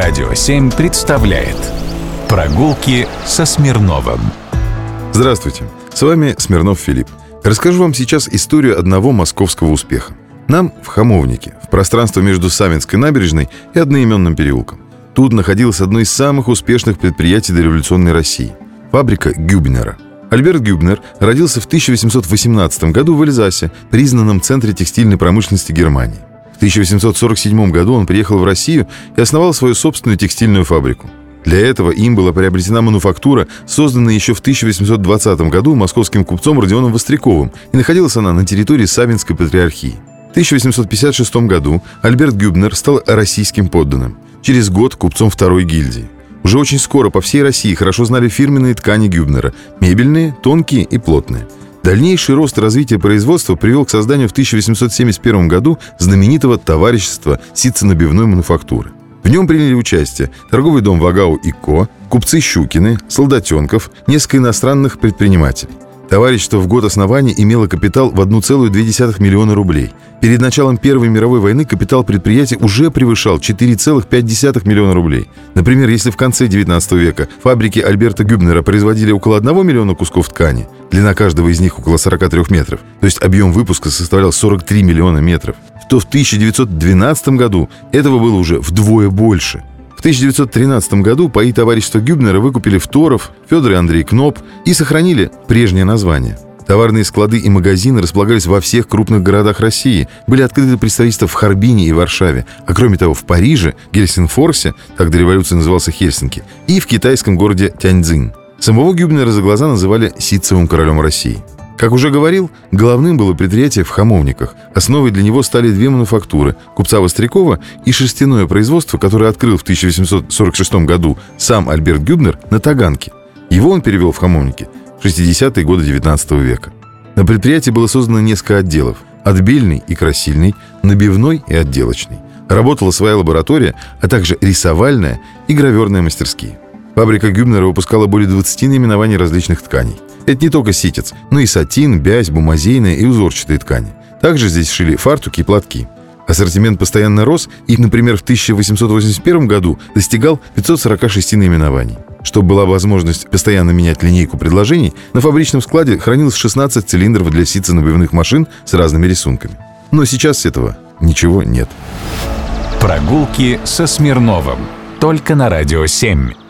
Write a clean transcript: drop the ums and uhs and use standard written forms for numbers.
Радио 7 представляет «Прогулки со Смирновым». Здравствуйте, с вами Смирнов Филипп. Расскажу вам сейчас историю одного московского успеха. Нам в Хамовнике, в пространство между Савинской набережной и одноименным переулком. Тут находилось одно из самых успешных предприятий дореволюционной России – фабрика Гюбнера. Альберт Гюбнер родился в 1818 году в Эльзасе, признанном центре текстильной промышленности Германии. В 1847 году он приехал в Россию и основал свою собственную текстильную фабрику. Для этого им была приобретена мануфактура, созданная еще в 1820 году московским купцом Родионом Востряковым, и находилась она на территории Савинской патриархии. В 1856 году Альберт Гюбнер стал российским подданным, через год купцом второй гильдии. Уже очень скоро по всей России хорошо знали фирменные ткани Гюбнера – мебельные, тонкие и плотные. Дальнейший рост и развитие производства привел к созданию в 1871 году знаменитого товарищества ситцо-набивной мануфактуры. В нем приняли участие торговый дом Вагау и Ко, купцы Щукины, Солдатенков, несколько иностранных предпринимателей. Товарищество в год основания имело капитал в 1,2 миллиона рублей. Перед началом Первой мировой войны капитал предприятия уже превышал 4,5 миллиона рублей. Например, если в конце 19 века фабрики Альберта Гюбнера производили около 1 миллиона кусков ткани, длина каждого из них около 43 метров, то есть объем выпуска составлял 43 миллиона метров, то в 1912 году этого было уже вдвое больше. В 1913 году паи товарищества Гюбнера выкупили Второв, Федор и Андрей Кноп и сохранили прежнее название. Товарные склады и магазины располагались во всех крупных городах России. Были открыты представительства в Харбине и Варшаве, а кроме того в Париже, Гельсингфорсе, так до революции назывался Хельсинки, и в китайском городе Тяньцзинь. Самого Гюбнера за глаза называли ситцевым королем России. Как уже говорил, главным было предприятие в Хамовниках. Основой для него стали две мануфактуры – купца Вострякова и шерстяное производство, которое открыл в 1846 году сам Альберт Гюбнер на Таганке. Его он перевел в Хамовники в 60-е годы 19 века. На предприятии было создано несколько отделов – отбельный и красильный, набивной и отделочный. Работала своя лаборатория, а также рисовальная и граверная мастерские. Фабрика Гюбнера выпускала более 20 наименований различных тканей. Это не только ситец, но и сатин, бязь, бумазейная и узорчатые ткани. Также здесь шили фартуки и платки. Ассортимент постоянно рос и, например, в 1881 году достигал 546 наименований. Чтобы была возможность постоянно менять линейку предложений, на фабричном складе хранилось 16 цилиндров для ситцо-набивных машин с разными рисунками. Но сейчас этого ничего нет. Прогулки со Смирновым. Только на Радио 7.